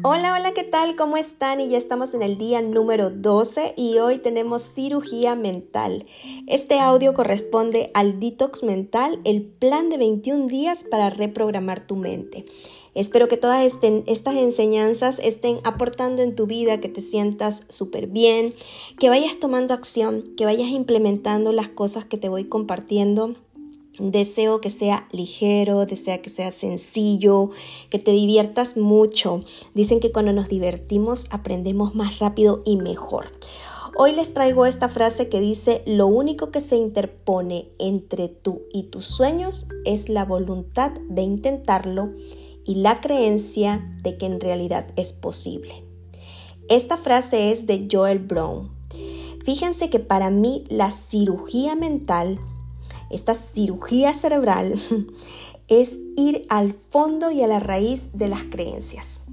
Hola, hola, ¿qué tal? ¿Cómo están? Y ya estamos en el día número 12 y hoy tenemos cirugía mental. Este audio corresponde al detox mental, el plan de 21 días para reprogramar tu mente. Espero que todas estas enseñanzas estén aportando en tu vida, que te sientas súper bien, que vayas tomando acción, que vayas implementando las cosas que te voy compartiendo. Deseo que sea ligero, deseo que sea sencillo, que te diviertas mucho. Dicen que cuando nos divertimos aprendemos más rápido y mejor. Hoy les traigo esta frase que dice: lo único que se interpone entre tú y tus sueños es la voluntad de intentarlo y la creencia de que en realidad es posible. Esta frase es de Joel Brown. Fíjense que para mí la cirugía mental, esta cirugía cerebral, es ir al fondo y a la raíz de las creencias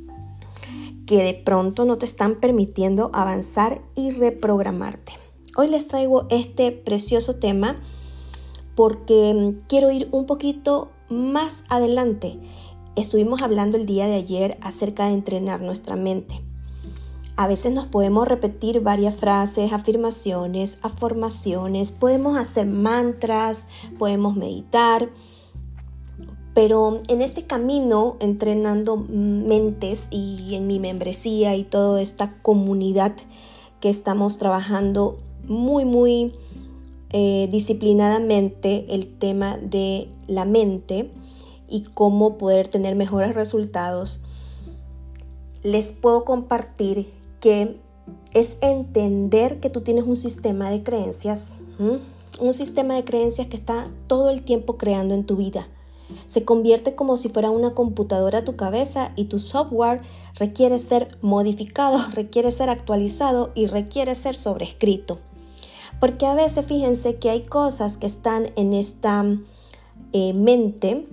que de pronto no te están permitiendo avanzar y reprogramarte. Hoy les traigo este precioso tema porque quiero ir un poquito más adelante. Estuvimos hablando el día de ayer acerca de entrenar nuestra mente. A veces nos podemos repetir varias frases, afirmaciones, podemos hacer mantras, podemos meditar, pero en este camino entrenando mentes y en mi membresía y toda esta comunidad que estamos trabajando muy disciplinadamente el tema de la mente y cómo poder tener mejores resultados, les puedo compartir que es entender que tú tienes un sistema de creencias, un sistema de creencias que está todo el tiempo creando en tu vida. Se convierte como si fuera una computadora a tu cabeza y tu software requiere ser modificado, requiere ser actualizado y requiere ser sobrescrito. Porque a veces fíjense que hay cosas que están en esta mente,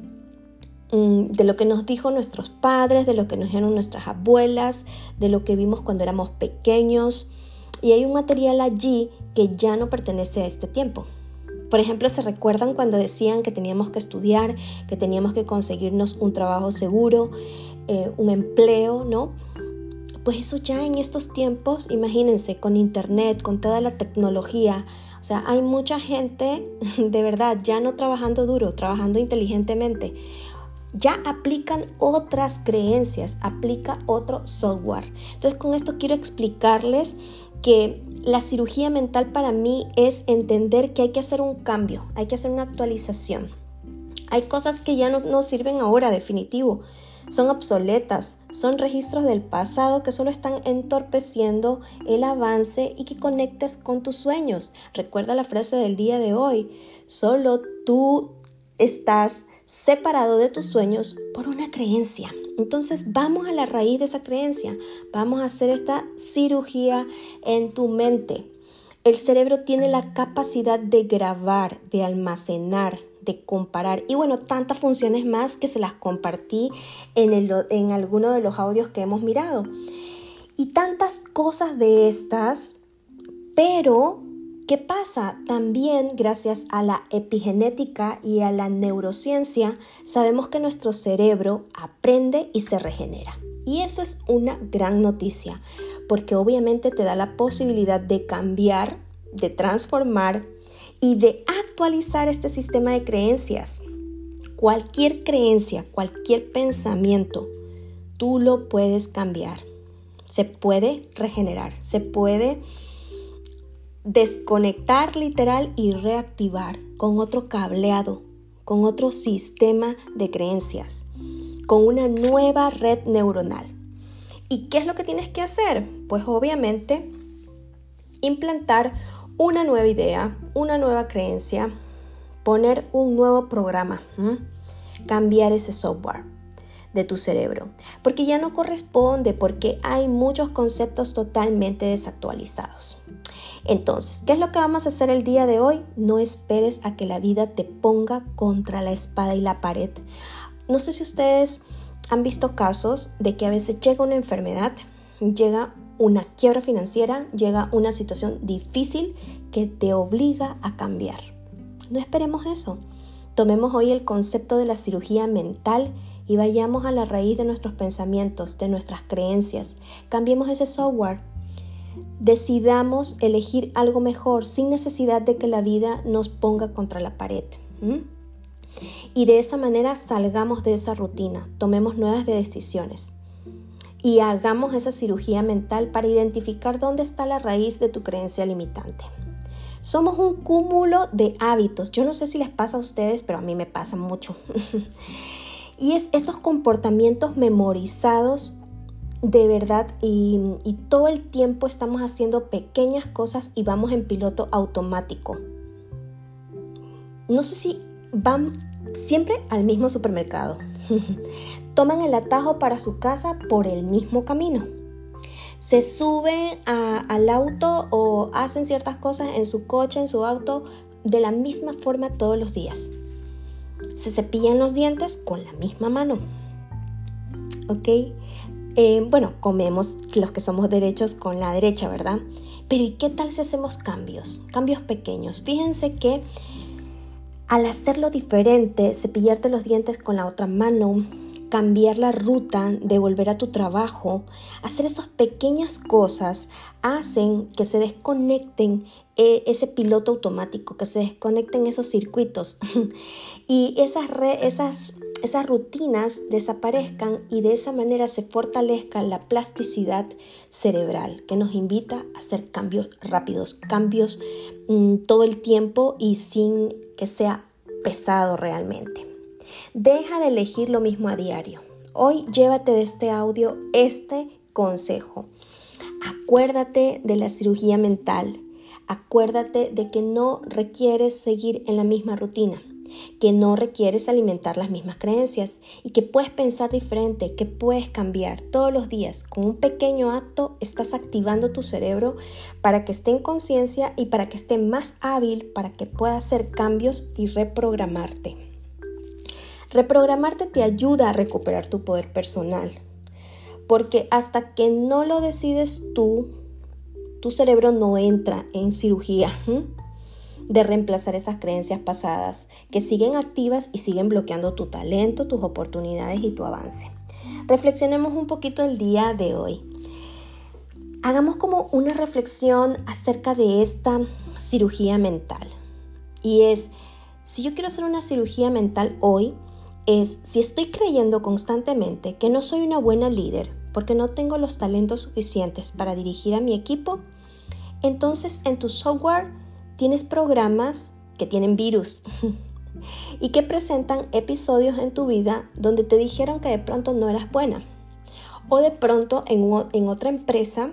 de lo que nos dijo nuestros padres, de lo que nos dijeron nuestras abuelas, de lo que vimos cuando éramos pequeños, y hay un material allí que ya no pertenece a este tiempo. Por ejemplo, ¿se recuerdan cuando decían que teníamos que estudiar, que teníamos que conseguirnos un trabajo seguro, un empleo, ¿no? Pues eso ya en estos tiempos, imagínense, con internet, con toda la tecnología, o sea, hay mucha gente de verdad ya no trabajando duro, trabajando inteligentemente. Ya aplican otras creencias, aplica otro software. Entonces, con esto quiero explicarles que la cirugía mental para mí es entender que hay que hacer un cambio, hay que hacer una actualización. Hay cosas que ya no sirven ahora, definitivo. Son obsoletas, son registros del pasado que solo están entorpeciendo el avance y que conectes con tus sueños. Recuerda la frase del día de hoy: solo tú estás separado de tus sueños por una creencia. Entonces vamos a la raíz de esa creencia. Vamos a hacer esta cirugía en tu mente. El cerebro tiene la capacidad de grabar, de almacenar, de comparar y bueno, tantas funciones más que se las compartí en alguno de los audios que hemos mirado. Y tantas cosas de estas, pero ¿qué pasa? También gracias a la epigenética y a la neurociencia sabemos que nuestro cerebro aprende y se regenera. Y eso es una gran noticia, porque obviamente te da la posibilidad de cambiar, de transformar y de actualizar este sistema de creencias. Cualquier creencia, cualquier pensamiento, tú lo puedes cambiar. Se puede regenerar, se puede desconectar literal y reactivar con otro cableado, con otro sistema de creencias, con una nueva red neuronal. ¿Y qué es lo que tienes que hacer? Pues obviamente implantar una nueva idea, una nueva creencia, poner un nuevo programa, cambiar ese software de tu cerebro, porque ya no corresponde, porque hay muchos conceptos totalmente desactualizados. Entonces, ¿qué es lo que vamos a hacer el día de hoy? No esperes a que la vida te ponga contra la espada y la pared. No sé si ustedes han visto casos de que a veces llega una enfermedad, llega una quiebra financiera, llega una situación difícil que te obliga a cambiar. No esperemos eso. Tomemos hoy el concepto de la cirugía mental y vayamos a la raíz de nuestros pensamientos, de nuestras creencias. Cambiemos ese software. Decidamos elegir algo mejor sin necesidad de que la vida nos ponga contra la pared. Y de esa manera salgamos de esa rutina, tomemos nuevas decisiones y hagamos esa cirugía mental para identificar dónde está la raíz de tu creencia limitante. Somos un cúmulo de hábitos. Yo no sé si les pasa a ustedes, pero a mí me pasa mucho. Y es estos comportamientos memorizados de verdad y todo el tiempo estamos haciendo pequeñas cosas y vamos en piloto automático. No sé si van siempre al mismo supermercado. Toman el atajo para su casa por el mismo camino. Se suben al auto o hacen ciertas cosas en su coche, en su auto, de la misma forma todos los días. Se cepillan los dientes con la misma mano. ¿Ok? Comemos los que somos derechos con la derecha, ¿verdad? Pero ¿y qué tal si hacemos cambios? Cambios pequeños. Fíjense que al hacerlo diferente, cepillarte los dientes con la otra mano, cambiar la ruta de volver a tu trabajo, hacer esas pequeñas cosas hacen que se desconecten ese piloto automático, que se desconecten esos circuitos y esas rutinas desaparezcan y de esa manera se fortalezca la plasticidad cerebral que nos invita a hacer cambios rápidos, cambios todo el tiempo y sin que sea pesado realmente. Deja de elegir lo mismo a diario. Hoy llévate de este audio este consejo. Acuérdate de la cirugía mental. Acuérdate de que no requieres seguir en la misma rutina, que no requieres alimentar las mismas creencias y que puedes pensar diferente, que puedes cambiar todos los días. Con un pequeño acto estás activando tu cerebro para que esté en conciencia y para que esté más hábil, para que pueda hacer cambios y reprogramarte. Reprogramarte te ayuda a recuperar tu poder personal, porque hasta que no lo decides tú, tu cerebro no entra en cirugía de reemplazar esas creencias pasadas que siguen activas y siguen bloqueando tu talento, tus oportunidades y tu avance. Reflexionemos un poquito el día de hoy. Hagamos como una reflexión acerca de esta cirugía mental. Y es, si yo quiero hacer una cirugía mental hoy, es si estoy creyendo constantemente que no soy una buena líder porque no tengo los talentos suficientes para dirigir a mi equipo, entonces en tu software tienes programas que tienen virus y que presentan episodios en tu vida donde te dijeron que de pronto no eras buena. O de pronto en otra empresa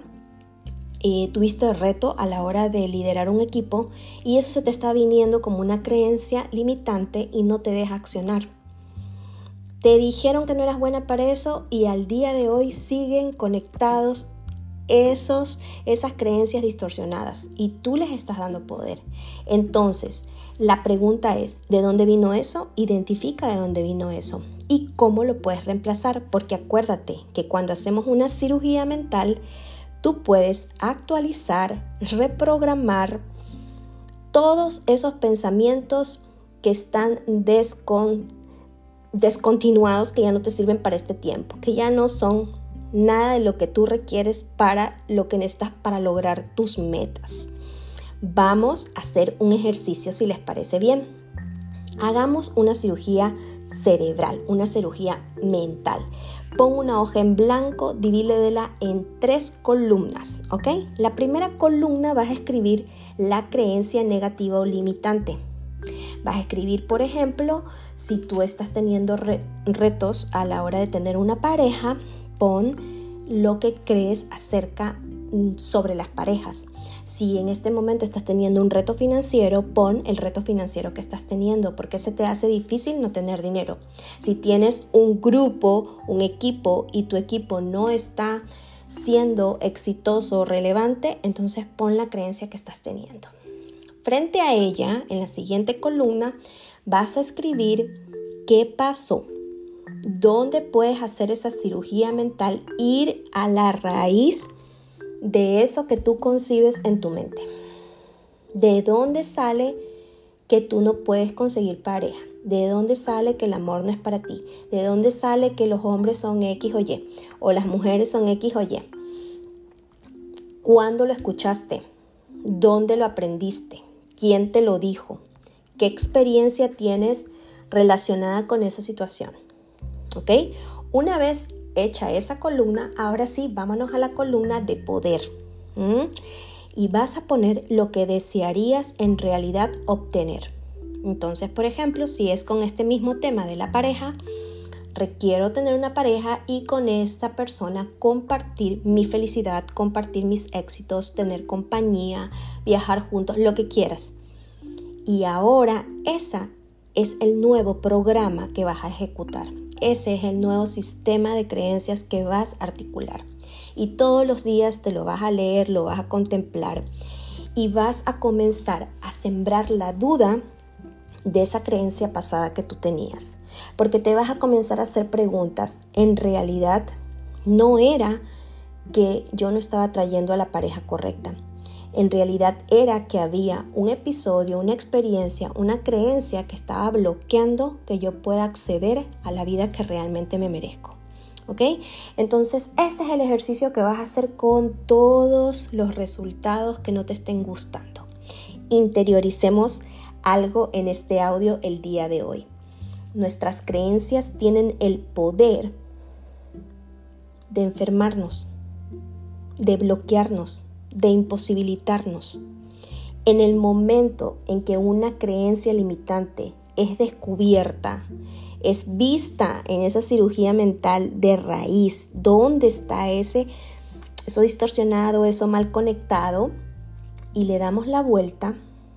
tuviste reto a la hora de liderar un equipo y eso se te está viniendo como una creencia limitante y no te deja accionar. Te dijeron que no eras buena para eso y al día de hoy siguen conectados esas creencias distorsionadas y tú les estás dando poder. Entonces, la pregunta es, ¿de dónde vino eso? Identifica de dónde vino eso y cómo lo puedes reemplazar, porque acuérdate que cuando hacemos una cirugía mental, tú puedes actualizar, reprogramar todos esos pensamientos que están descontinuados, que ya no te sirven para este tiempo, que ya no son nada de lo que tú requieres para lo que necesitas para lograr tus metas. Vamos a hacer un ejercicio si les parece bien. Hagamos una cirugía cerebral, una cirugía mental. Pon una hoja en blanco, divídela en 3 columnas, ¿ok? La primera columna vas a escribir la creencia negativa o limitante. Vas a escribir, por ejemplo, si tú estás teniendo retos a la hora de tener una pareja, pon lo que crees acerca sobre las parejas. Si en este momento estás teniendo un reto financiero, pon el reto financiero que estás teniendo, porque se te hace difícil no tener dinero. Si tienes un grupo, un equipo y tu equipo no está siendo exitoso o relevante, entonces pon la creencia que estás teniendo. Frente a ella, en la siguiente columna, vas a escribir qué pasó, dónde puedes hacer esa cirugía mental, ir a la raíz de eso que tú concibes en tu mente. ¿De dónde sale que tú no puedes conseguir pareja? ¿De dónde sale que el amor no es para ti? ¿De dónde sale que los hombres son X o Y? ¿O las mujeres son X o Y? ¿Cuándo lo escuchaste? ¿Dónde lo aprendiste? ¿Quién te lo dijo? ¿Qué experiencia tienes relacionada con esa situación? ¿Ok? Una vez hecha esa columna, ahora sí, vámonos a la columna de poder. Y vas a poner lo que desearías en realidad obtener. Entonces, por ejemplo, si es con este mismo tema de la pareja, requiero tener una pareja y con esta persona compartir mi felicidad, compartir mis éxitos, tener compañía, viajar juntos, lo que quieras. Y ahora ese es el nuevo programa que vas a ejecutar. Ese es el nuevo sistema de creencias que vas a articular. Y todos los días te lo vas a leer, lo vas a contemplar y vas a comenzar a sembrar la duda de esa creencia pasada que tú tenías. Porque te vas a comenzar a hacer preguntas. En realidad, no era que yo no estaba trayendo a la pareja correcta. En realidad era que había un episodio, una experiencia, una creencia que estaba bloqueando que yo pueda acceder a la vida que realmente me merezco. ¿Ok? Entonces, este es el ejercicio que vas a hacer con todos los resultados que no te estén gustando. Interioricemos algo en este audio el día de hoy. Nuestras creencias tienen el poder de enfermarnos, de bloquearnos, de imposibilitarnos. En el momento en que una creencia limitante es descubierta, es vista en esa cirugía mental de raíz, ¿dónde está eso distorsionado, eso mal conectado? Y le damos la vuelta,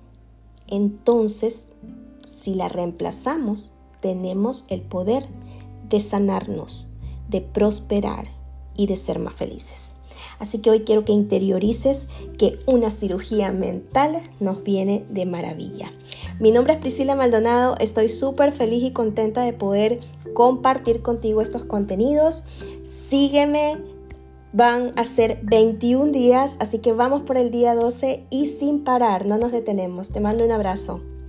entonces, si la reemplazamos, tenemos el poder de sanarnos, de prosperar y de ser más felices. Así que hoy quiero que interiorices que una cirugía mental nos viene de maravilla. Mi nombre es Priscila Maldonado, estoy súper feliz y contenta de poder compartir contigo estos contenidos. Sígueme, van a ser 21 días, así que vamos por el día 12 y sin parar, no nos detenemos. Te mando un abrazo.